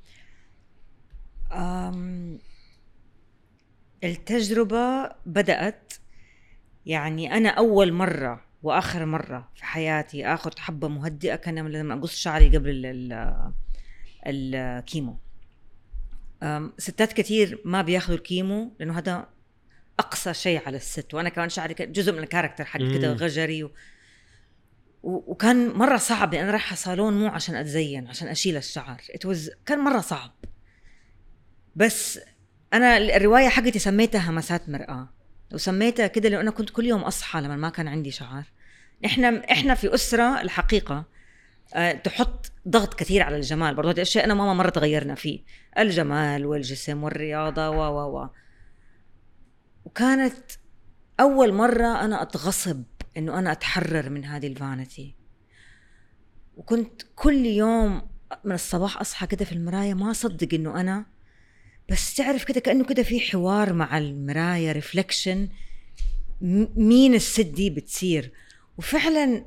التجربة بدأت يعني أنا أول مرة وآخر مرة في حياتي أخذ حبة مهدئة كان لما أقص شعري قبل الكيمو. ستات كتير ما بياخذوا الكيمو لأنه هذا أقصى شيء على الست، وأنا كمان شعري جزء من الكاركتر حق كده غجري و... وكان مرة صعب، لأن أنا رايحة صالون مو عشان أتزين، عشان أشيل الشعر. was... كان مرة صعب. بس أنا الرواية حقتي سميتها همسات مرآة، وسميتها كده لأن أنا كنت كل يوم أصحى لما ما كان عندي شعر. إحنا إحنا في أسرة الحقيقة أه تحط ضغط كثير على الجمال، برضو هذه الشيء أنا ماما مرة تغيرنا فيه، الجمال والجسم والرياضة و و و وكانت أول مرة أنا أتغصب إنه أنا أتحرر من هذه الفانتي. وكنت كل يوم من الصباح أصحى كده في المراية ما أصدق إنه أنا، بس تعرف كده كأنه كده في حوار مع المراية، ريفلكشن مين الست دي بتصير. وفعلا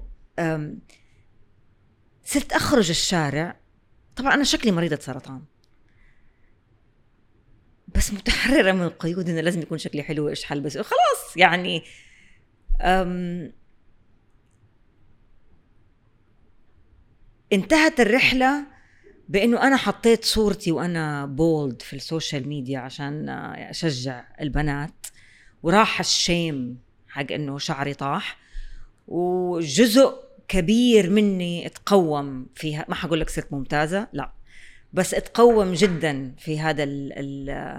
صرت أخرج الشارع، طبعا أنا شكلي مريضة سرطان بس متحررة من القيود إنه لازم يكون شكلي حلو وإيش حلبس خلاص يعني. انتهت الرحلة بأنه أنا حطيت صورتي وأنا بولد في السوشيال ميديا عشان أشجع البنات، وراح الشيم حق أنه شعري طاح، وجزء كبير مني اتقوم فيها. ما حقول لك صرت ممتازة، لا، بس اتقوم جدا في هذا ال ال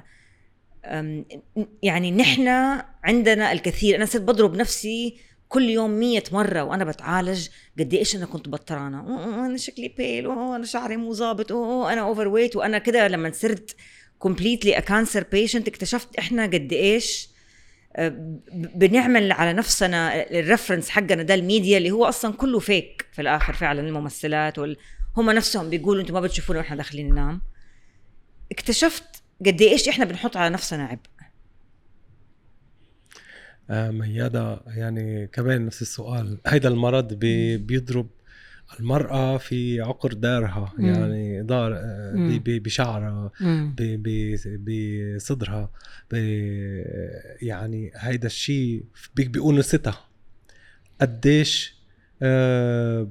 يعني نحن عندنا الكثير. أنا صرت بضرب نفسي كل يوم مية مرة وأنا بتعالج قد إيش أنا كنت بطرانة، أنا شكلي بيل، أنا شعري مو ظابط، أنا أوفر ويت. وأنا كده لما صرت completely a cancer patient اكتشفت إحنا قد إيش بنعمل على نفسنا الرفرنس حقنا ده الميديا اللي هو أصلا كله فيك في الآخر. فعلا الممثلات وال... هم نفسهم بيقولوا أنتم ما بتشوفونا وإحنا داخلين ننام. اكتشفت قد إيش إحنا بنحط على نفسنا عبء. آه ميادة، يعني كمان نفس السؤال، هيدا المرض بي بيضرب المرأة في عقر دارها، مم. يعني دار آه بشعرها، بصدرها، يعني هيدا الشيء بأنوثتها قديش آه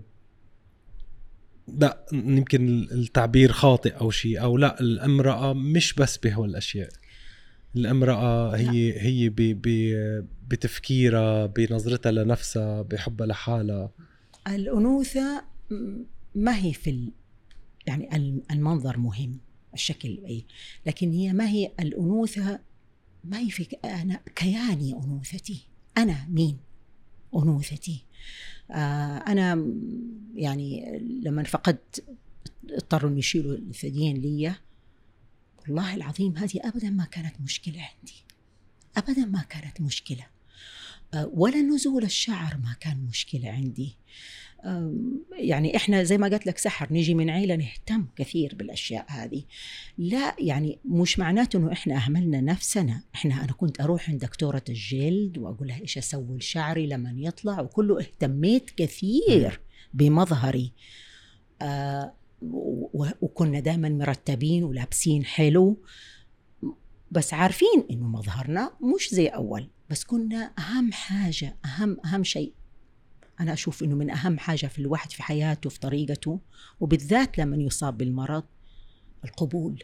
لا يمكن التعبير خاطئ أو شيء، أو لا الامرأة مش بس بهو الأشياء. الامرأة هي لا. هي بي بي بتفكيرها، بنظرتها لنفسها، بحبها لحالها. الأنوثة ما هي في ال... يعني المنظر مهم، الشكل أي، لكن هي ما هي الأنوثة، ما هي في أنا كياني أنوثتي، أنا مين، أنوثتي. آه أنا يعني لما فقدت اضطروا أن يشيلوا الثديين لي، والله العظيم هذه أبدا ما كانت مشكلة عندي، أبدا ما كانت مشكلة. آه ولا نزول الشعر ما كان مشكلة عندي. يعني إحنا زي ما قلت لك سحر، نيجي من عيلة نهتم كثير بالأشياء هذه. لا يعني مش معناته إنه إحنا أهملنا نفسنا. إحنا أنا كنت أروح عند دكتورة الجلد وأقول لها إيش أسوي لشعري لما يطلع، وكله اهتميت كثير بمظهري. آه وكنا دائما مرتبين ولابسين حلو، بس عارفين إنه مظهرنا مش زي أول. بس كنا أهم حاجة، أهم أهم شيء أنا أشوف إنه من أهم حاجة في الواحد في حياته في طريقته، وبالذات لما يصاب بالمرض، القبول،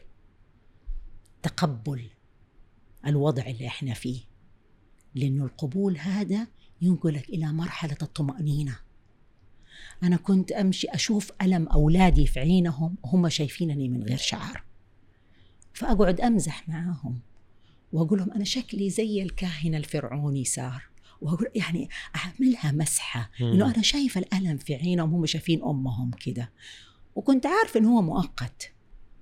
تقبل الوضع اللي إحنا فيه. لأنه القبول هذا ينقلك إلى مرحلة الطمأنينة. أنا كنت أمشي أشوف ألم أولادي في عينهم هم شايفينني من غير شعر، فأقعد أمزح معاهم وأقول لهم أنا شكلي زي الكاهن الفرعوني صار، وأقول يعني أعملها مسحة إنه أنا شايف الألم في عينهم هم شايفين أمهم كده. وكنت عارف إنه هو مؤقت،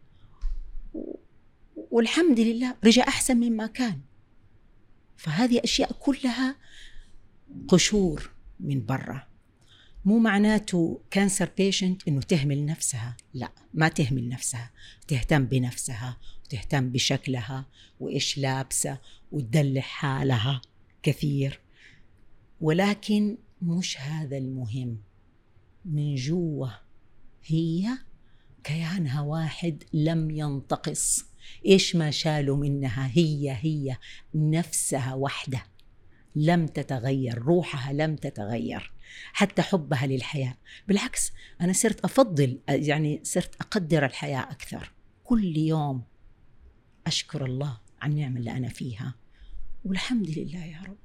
والحمد لله رجع أحسن مما كان. فهذه أشياء كلها قشور من برا. مو معناته كانسر بيشنت إنه تهمل نفسها، لا، ما تهمل نفسها، تهتم بنفسها وتهتم بشكلها وإيش لابسة وتدلع حالها كثير. ولكن مش هذا المهم. من جوا هي كيانها واحد لم ينتقص. إيش ما شالوا منها هي هي نفسها واحدة، لم تتغير، روحها لم تتغير، حتى حبها للحياة. بالعكس أنا صرت أفضل، يعني صرت أقدر الحياة أكثر. كل يوم أشكر الله عن النعمة اللي أنا فيها، والحمد لله يا رب.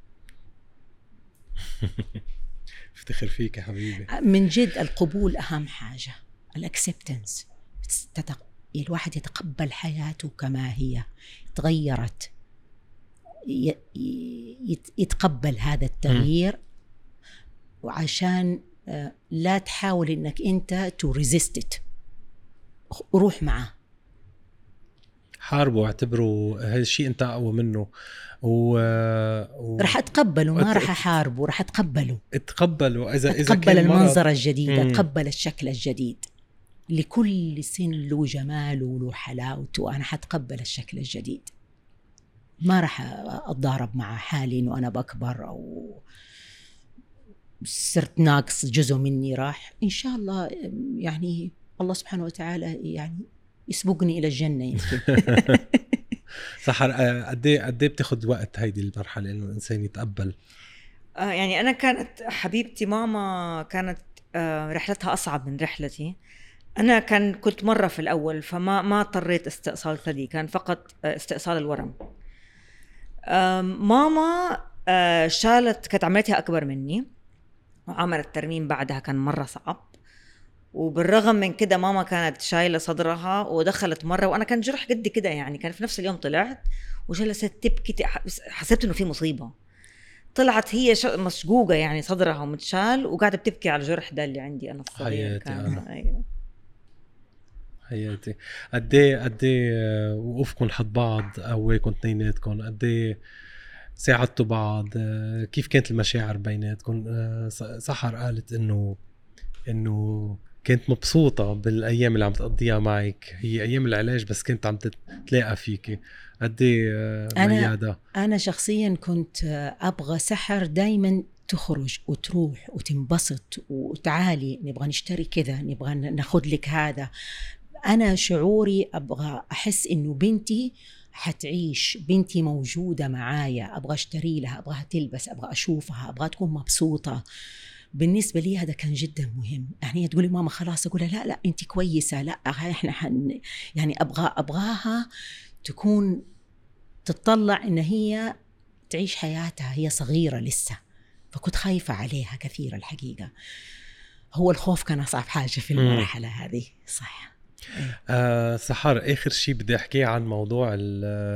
افتخر فيك يا حبيبي. من جد القبول أهم حاجة، الأكسبتنس. تتق... الواحد يتقبل حياته كما هي تغيرت، ي... يتقبل هذا التغيير، وعشان لا تحاول إنك أنت to resist it، روح معه، حاربه واعتبره هذا الشيء أنت أقوى منه، و... و... رح أتقبله، ما رح أحاربه، رح أتقبله. أتقبله إذا إذا أتقبل المنظر الجديد، مم. أتقبل الشكل الجديد. لكل سن له جماله وله حلاوته، أنا حتقبل الشكل الجديد، ما رح أتضارب مع حالي إنه أنا بكبر أو صرت ناقص جزء مني راح. إن شاء الله يعني الله سبحانه وتعالى يعني يسبقني إلى الجنة يمكن. سحر، قد ايه قد ايه بتاخد وقت هيدي المرحله انه الانسان يتقبل؟ آه يعني انا كانت حبيبتي ماما كانت آه رحلتها اصعب من رحلتي. انا كان كنت مره في الاول، فما ما اضطريت استئصال ثدي، كان فقط استئصال الورم. آه ماما آه شالت، كانت عملتها اكبر مني وعملت ترميم بعدها، كان مره صعب. وبالرغم من كده ماما كانت شايلة صدرها ودخلت مرة وأنا كان جرح قد كده، يعني كان في نفس اليوم طلعت وجلست تبكي، حسبت إنه في مصيبة. طلعت هي مشقوقة يعني صدرها ومتشال وقاعدة بتبكي على الجرح ده اللي عندي أنا الصغير. حياتي كان أنا. أيوة. حياتي. قد ايه قد ايه وقوفكم حد بعض قويكم اثنيناتكم؟ قد ايه ساعدتوا بعض؟ كيف كانت المشاعر بيناتكم؟ سحر قالت إنه إنه كنت مبسوطة بالأيام اللي عم تقضيها معك، هي أيام العلاج بس كنت عم تتلاقى فيك. قدي ميادة؟ أنا شخصيا كنت أبغى سحر دايما تخرج وتروح وتنبسط وتعالي، نبغى نشتري كذا، نبغى ناخد لك هذا. أنا شعوري أبغى أحس إنه بنتي حتعيش، بنتي موجودة معايا، أبغى أشتري لها، أبغاها تلبس، أبغى أشوفها، أبغى تكون مبسوطة. بالنسبة لي هذا كان جدا مهم. يعني تقولي ماما خلاص، أقولها لا لا أنت كويسة، لا إحنا حن يعني أبغى أبغاها تكون تطلع إن هي تعيش حياتها، هي صغيرة لسه. فكنت خايفة عليها كثير الحقيقة. هو الخوف كان أصعب حاجة في المرحلة هذه. صح. آه سحر، آخر شيء بدي أحكي عن موضوع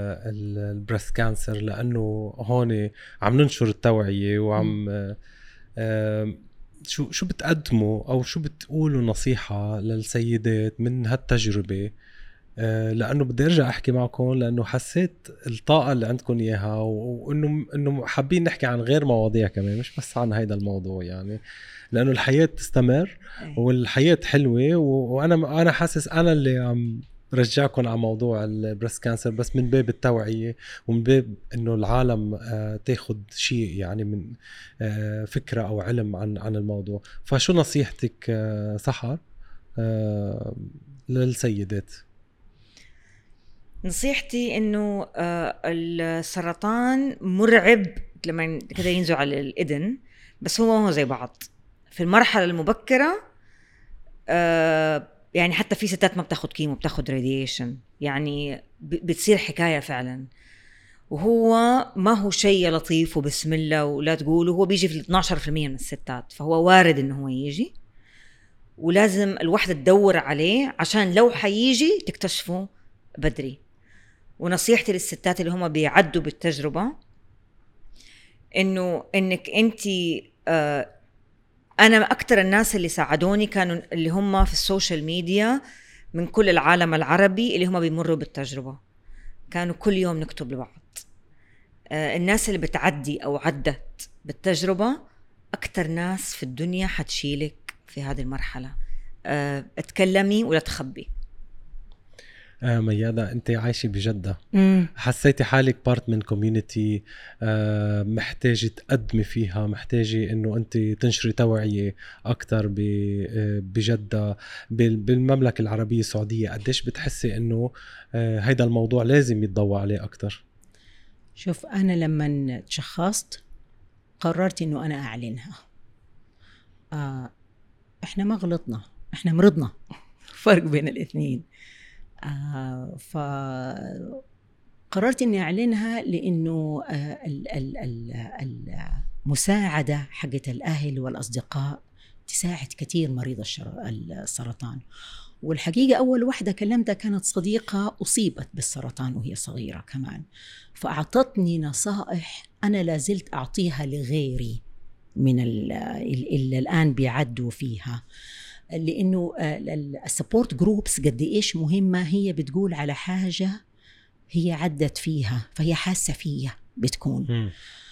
البريست كانسر، لأنه هون عم ننشر التوعية وعم شو شو بتقدموا أو شو بتقولوا نصيحة للسيدات من هالتجربة؟ لأنه بدي أرجع أحكي معكم لأنه حسيت الطاقة اللي عندكم إياها وإنه إنه حابين نحكي عن غير مواضيع كمان مش بس عن هيدا الموضوع يعني لأنه الحياة تستمر والحياة حلوة وأنا أنا حاسس أنا اللي عم رجعكم على موضوع البريست كانسر بس من باب التوعية ومن باب إنه العالم تاخد شيء يعني من فكرة أو علم عن عن الموضوع. فشو نصيحتك سحر للسيدات؟ نصيحتي إنه السرطان مرعب لما كده ينزل على الإذن بس هو هو زي بعض في المرحلة المبكرة. يعني حتى في ستات ما بتاخد كيمو بتاخد راديشن يعني بتصير حكاية فعلا وهو ما هو شيء لطيف وبسم الله ولا تقولوا هو بيجي في اثنا عشر بالمية من الستات فهو وارد إنه هو يجي ولازم الوحدة تدور عليه عشان لو حيجي تكتشفه بدري. ونصيحتي للستات اللي هم بيعدوا بالتجربة إنه إنك أنتي آه أنا أكتر الناس اللي ساعدوني كانوا اللي هم في السوشيال ميديا من كل العالم العربي اللي هم بيمروا بالتجربة كانوا كل يوم نكتب لبعض. آه الناس اللي بتعدي أو عدت بالتجربة أكتر ناس في الدنيا حتشيلك في هذه المرحلة. آه اتكلمي ولا تخبي. آه ميادة أنت عايشة بجدة مم. حسيتي حالك بارت من كوميونيتي آه محتاجة تقدمي فيها محتاجة أنه أنت تنشري توعية أكتر بجدة بالمملكة العربية السعودية. قديش بتحسي أنه آه هيدا الموضوع لازم يتضوى عليه أكتر؟ شوف أنا لما تشخصت قررت أنه أنا أعلنها. آه إحنا ما غلطنا إحنا مرضنا فرق بين الاثنين. آه فقررت إني أعلنها لأنه آه ال ال ال المساعدة حقت الأهل والأصدقاء تساعد كثير مريض السرطان. والحقيقة أول واحدة كلمتها كانت صديقة أصيبت بالسرطان وهي صغيرة كمان فأعطتني نصائح أنا لازلت أعطيها لغيري من اللي الآن بيعدوا فيها لأنه السبورت جروبس قد إيش مهمة. هي بتقول على حاجة هي عدت فيها فهي حاسة فيها بتكون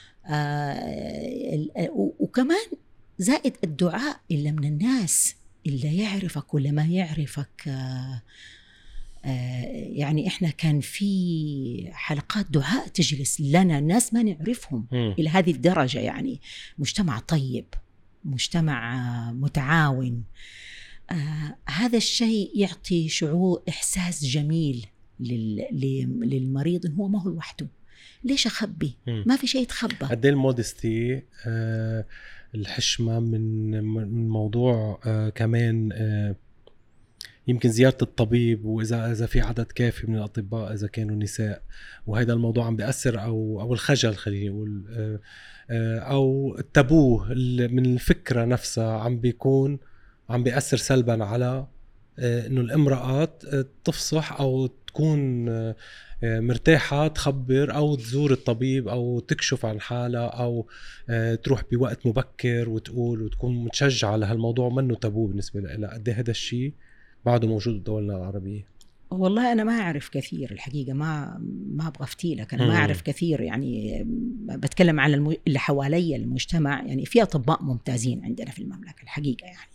آه وكمان زائد الدعاء اللي من الناس اللي يعرفك ولا ما يعرفك. آه آه يعني إحنا كان في حلقات دعاء تجلس لنا ناس ما نعرفهم م. إلى هذه الدرجة يعني مجتمع طيب مجتمع آه متعاون. آه هذا الشيء يعطي شعور إحساس جميل للمريض إنه هو ما هو لوحده. ليش أخبي؟ م. ما في شيء تخبى. قد ايه المودستي آه الحشمة من من موضوع آه كمان آه يمكن زيارة الطبيب وإذا إذا في عدد كافي من الأطباء إذا كانوا نساء وهذا الموضوع عم بيأثر أو أو الخجل خلينا نقول آه آه أو التابوه من الفكرة نفسها عم بيكون عم بيأثر سلبا على آه إنه الامرأة تفصح أو تكون آه مرتاحة تخبر أو تزور الطبيب أو تكشف عن حالها أو آه تروح بوقت مبكر وتقول وتكون متشجعة على هالموضوع منه تابو بالنسبة لها. قد ايه هذا الشيء بعده موجود بدولنا العربية؟ والله أنا ما أعرف كثير الحقيقة ما ما أبغى أفتيلك أنا ما أعرف كثير يعني بتكلم على الم... اللي حوالي المجتمع يعني في أطباء ممتازين عندنا في المملكة الحقيقة يعني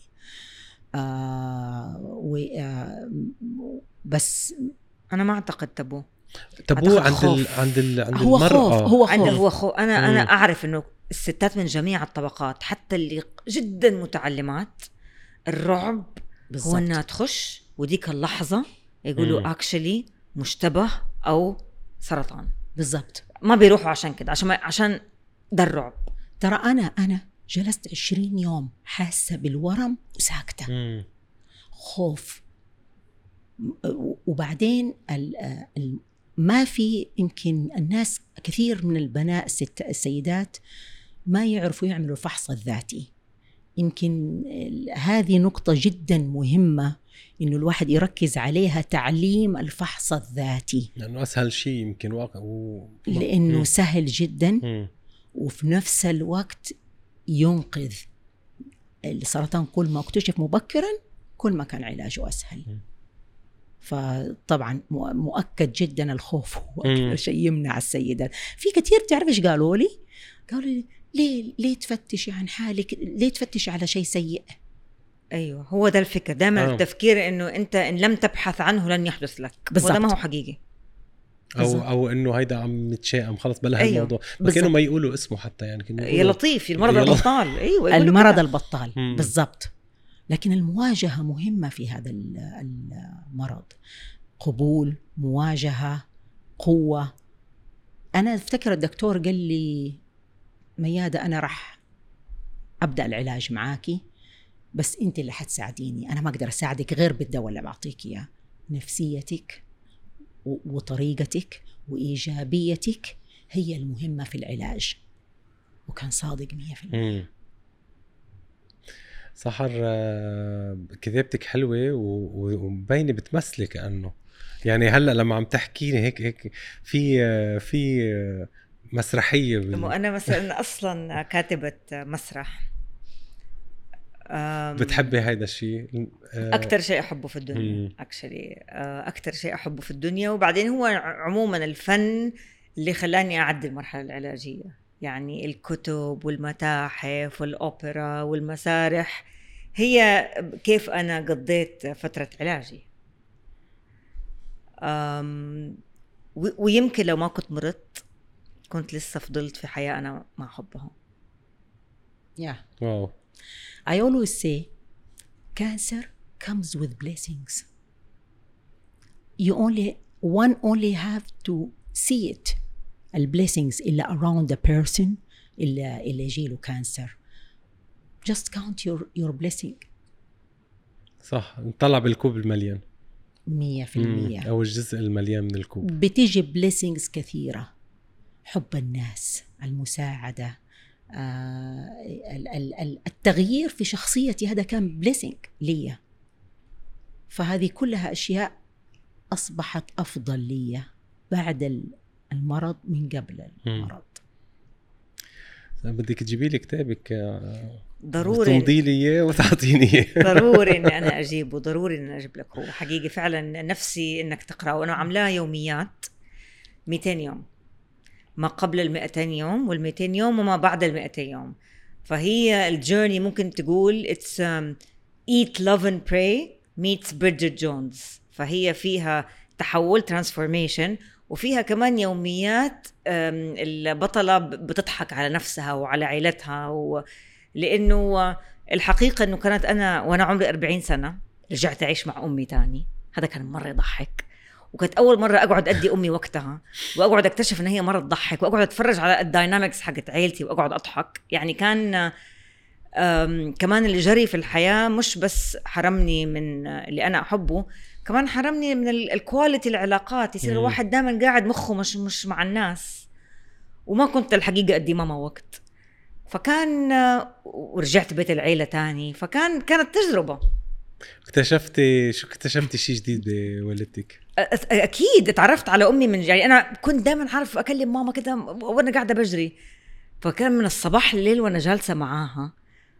آه و آه بس أنا ما أعتقد تابو تابو عند ال... عند ال... عند هو المرأة خوف. هو خوف. عنده هو خوف. أنا مم. أنا أعرف إنه الستات من جميع الطبقات حتى اللي جدا متعلمات الرعب بالزبط. هو إنها تخش وديك اللحظة يقولوا اكشلي مشتبه أو سرطان بالضبط. ما بيروحوا عشان كده عشان عشان ده الرعب. ترى أنا أنا جلست عشرين يوم حاسة بالورم وساكتة مم. خوف. وبعدين ال ال ما في يمكن الناس كثير من البنات الست السيدات ما يعرفوا يعملوا الفحص الذاتي. يمكن هذه نقطة جدا مهمة إنه الواحد يركز عليها تعليم الفحص الذاتي لأنه أسهل شيء يمكن واقع و... لأنه م. سهل جدا م. وفي نفس الوقت ينقذ السرطان كل ما اكتشف مبكرا كل ما كان علاجه أسهل. فطبعا مؤكد جدا الخوف هو أكثر شيء يمنع السيدات. في كثير تعرف إيش قالوا لي؟ قالوا لي ليه ليه تفتشي عن حالك، ليه تفتشي على شيء سيء؟ أيوة هو ده الفكر دائما آه. التفكير إنه أنت إن لم تبحث عنه لن يحدث لك. وده ما هو حقيقي. او بالزبط. او انه هيدا عم يتشائم خلص بلا أيوة. هالموضوع ما كانوا ما يقولوا اسمه حتى يعني كانوا يا لطيف المرض البطال. ايوه المرض كده. البطال بالضبط. لكن المواجهه مهمه في هذا المرض، قبول، مواجهه، قوه. انا افتكر الدكتور قال لي ميادة انا راح ابدا العلاج معاكي بس انت اللي حتساعديني، انا ما اقدر اساعدك غير بالدواء اللي بعطيك اياه. نفسيتك وطريقتك وإيجابيتك هي المهمة في العلاج. وكان صادق مية في المية. سحر كتابتك حلوة ومبينة بتمثلي كأنه يعني هلأ لما عم تحكيني هيك هيك في في مسرحية بال... أنا مثلا أصلا كاتبة مسرح. بتحبي هيدا الشيء؟ أكتر شيء أحبه في الدنيا actually أكتر شيء أحبه في الدنيا. وبعدين هو عموما الفن اللي خلاني أعدي المرحلة العلاجية، يعني الكتب والمتاحف والأوبرا والمسارح هي كيف أنا قضيت فترة علاجي. ويمكن لو ما كنت مرضت كنت لسه فضلت في حياة أنا ما أحبها. yeah. wow. I always say cancer comes with blessings. You only one only have to see it. الblessings اللي around the person اللي اللي يجيله كانسر. Just count your your blessing. صح، نطلع بالكوب المليان. مية في المية. أو الجزء المليان من الكوب. بتيجي blessings كثيرة. حب الناس، المساعدة. آه، التغيير في شخصيتي هذا كان بليسنج لي. فهذه كلها أشياء أصبحت أفضل لي بعد المرض من قبل المرض. بدك تجيبي لي كتابك ضروري تمضي لي اياه وتعطيني ضروري ان انا اجيبه، ضروري ان اجيب لك. هو حقيقي فعلا نفسي انك تقراه. وانا عاملاه يوميات مئتين يوم، ما قبل المئتين يوم والمئتين يوم وما بعد المئتين يوم. فهي الجيرني ممكن تقول it's um, eat love and pray meets Bridget Jones. فهي فيها تحول transformation وفيها كمان يوميات البطلة بتضحك على نفسها وعلى عائلتها و... لأنه الحقيقة أنه كانت أنا وأنا عمري أربعين سنة رجعت أعيش مع أمي تاني. هذا كان مرة يضحك، وكانت أول مرة أقعد أدي أمي وقتها وأقعد أكتشف أن هي مرة تضحك وأقعد أتفرج على الداينامكس حقت عيلتي وأقعد أضحك. يعني كان كمان اللي جري في الحياة مش بس حرمني من اللي أنا أحبه، كمان حرمني من الكواليتي العلاقات. يصير الواحد دائما قاعد مخه مش مش مع الناس، وما كنت الحقيقة أدي ماما وقت. فكان ورجعت بيت العيلة تاني، فكان كانت تجربة. اكتشفتي شو اكتشفتي شيء جديد بوالدتك؟ أكيد اتعرفت على أمي من يعني أنا كنت دائما عارف أكلم ماما كده وأنا قاعدة بجري، فكان من الصباح الليل وأنا جالسة معاها.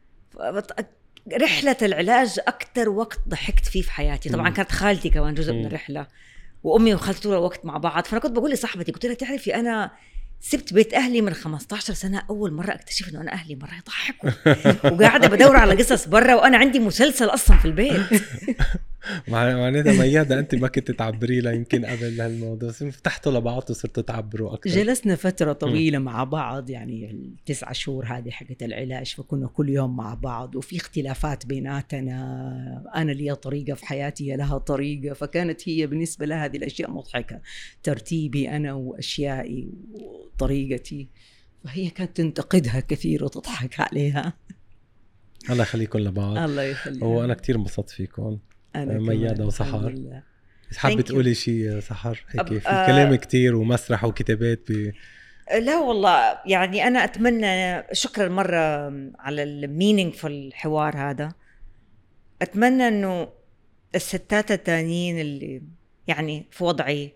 رحلة العلاج أكتر وقت ضحكت فيه في حياتي. طبعا كانت خالتي كمان جزء من الرحلة، وأمي وخالتي طول الوقت مع بعض. فأنا كنت بقول لصاحبتي، قلت لها تعرفي أنا سبت بيت أهلي من خمسة عشر سنة، أول مرة أكتشف إنه أنا أهلي مرة يضحكوا وقاعدة بدور على قصص برا وأنا عندي مسلسل أصلا في البيت. معناتها ميادة أنت ما كنت تعبري لها يمكن قبل هالموضوع، فتحتوا لبعض وصرتوا تعبروا أكثر. جلسنا فترة طويلة م. مع بعض، يعني التسعة شهور هذه حقت العلاج، فكنا كل يوم مع بعض وفي اختلافات بيناتنا. أنا لي طريقة في حياتي، لها طريقة، فكانت هي بالنسبة لها هذه الأشياء مضحكة، ترتيبي أنا وأشيائي وطريقتي، فهي كانت تنتقدها كثير وتضحك عليها. الله يخليكم لبعض. الله يخليك. وأنا كتير انبسطت فيكم ميادة وسحر. حابة تقولي شيء سحر هيك في آه كلام كتير ومسرح وكتابات ب... لا والله يعني أنا أتمنى، شكرا مرة على المينينج في الحوار هذا. أتمنى أنه الستات التانيين اللي يعني في وضعي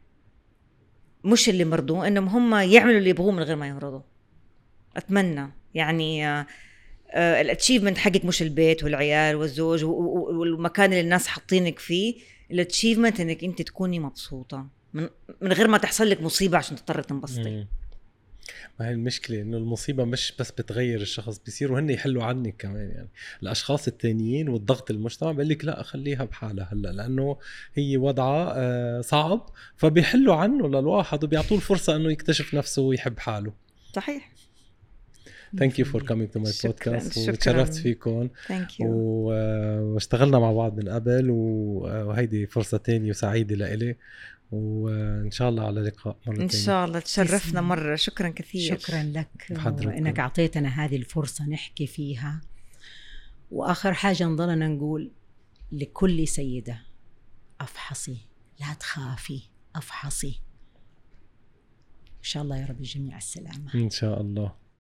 مش اللي مرضوا، إنهم هم يعملوا اللي يبغوه من غير ما يمرضوا. أتمنى يعني الاتشيفمنت حقك مش البيت والعيال والزوج والمكان اللي الناس حاطينك فيه. الاتشيفمنت انك انت تكوني مبسوطه من من غير ما تحصل لك مصيبه عشان تضطري تنبسطي. ما هي المشكله انه المصيبه مش بس بتغير الشخص، بيصيروا هن يحلوا عنك كمان. يعني الاشخاص التانيين والضغط المجتمع بيقول لك لا خليها بحالها هلا لانه هي وضعها صعب، فبيحلوا عنه للواحد وبيعطوه الفرصه انه يكتشف نفسه ويحب حاله. صحيح. Thank you for coming to my podcast. وتشرفت فيكم Thank you. واشتغلنا مع بعض من قبل، وهيدي فرصة تانية وسعيدة لإلي، وإن شاء الله على لقاء مرة تانية. إن شاء الله تشرفنا مرة. شكرا كثير. شكرا لك إنك أعطيتنا هذه الفرصة نحكي فيها. وآخر حاجة نضلنا نقول لكل سيدة أفحصي، لا تخافي، أفحصي. إن شاء الله يا رب الجميع السلامة. إن شاء الله.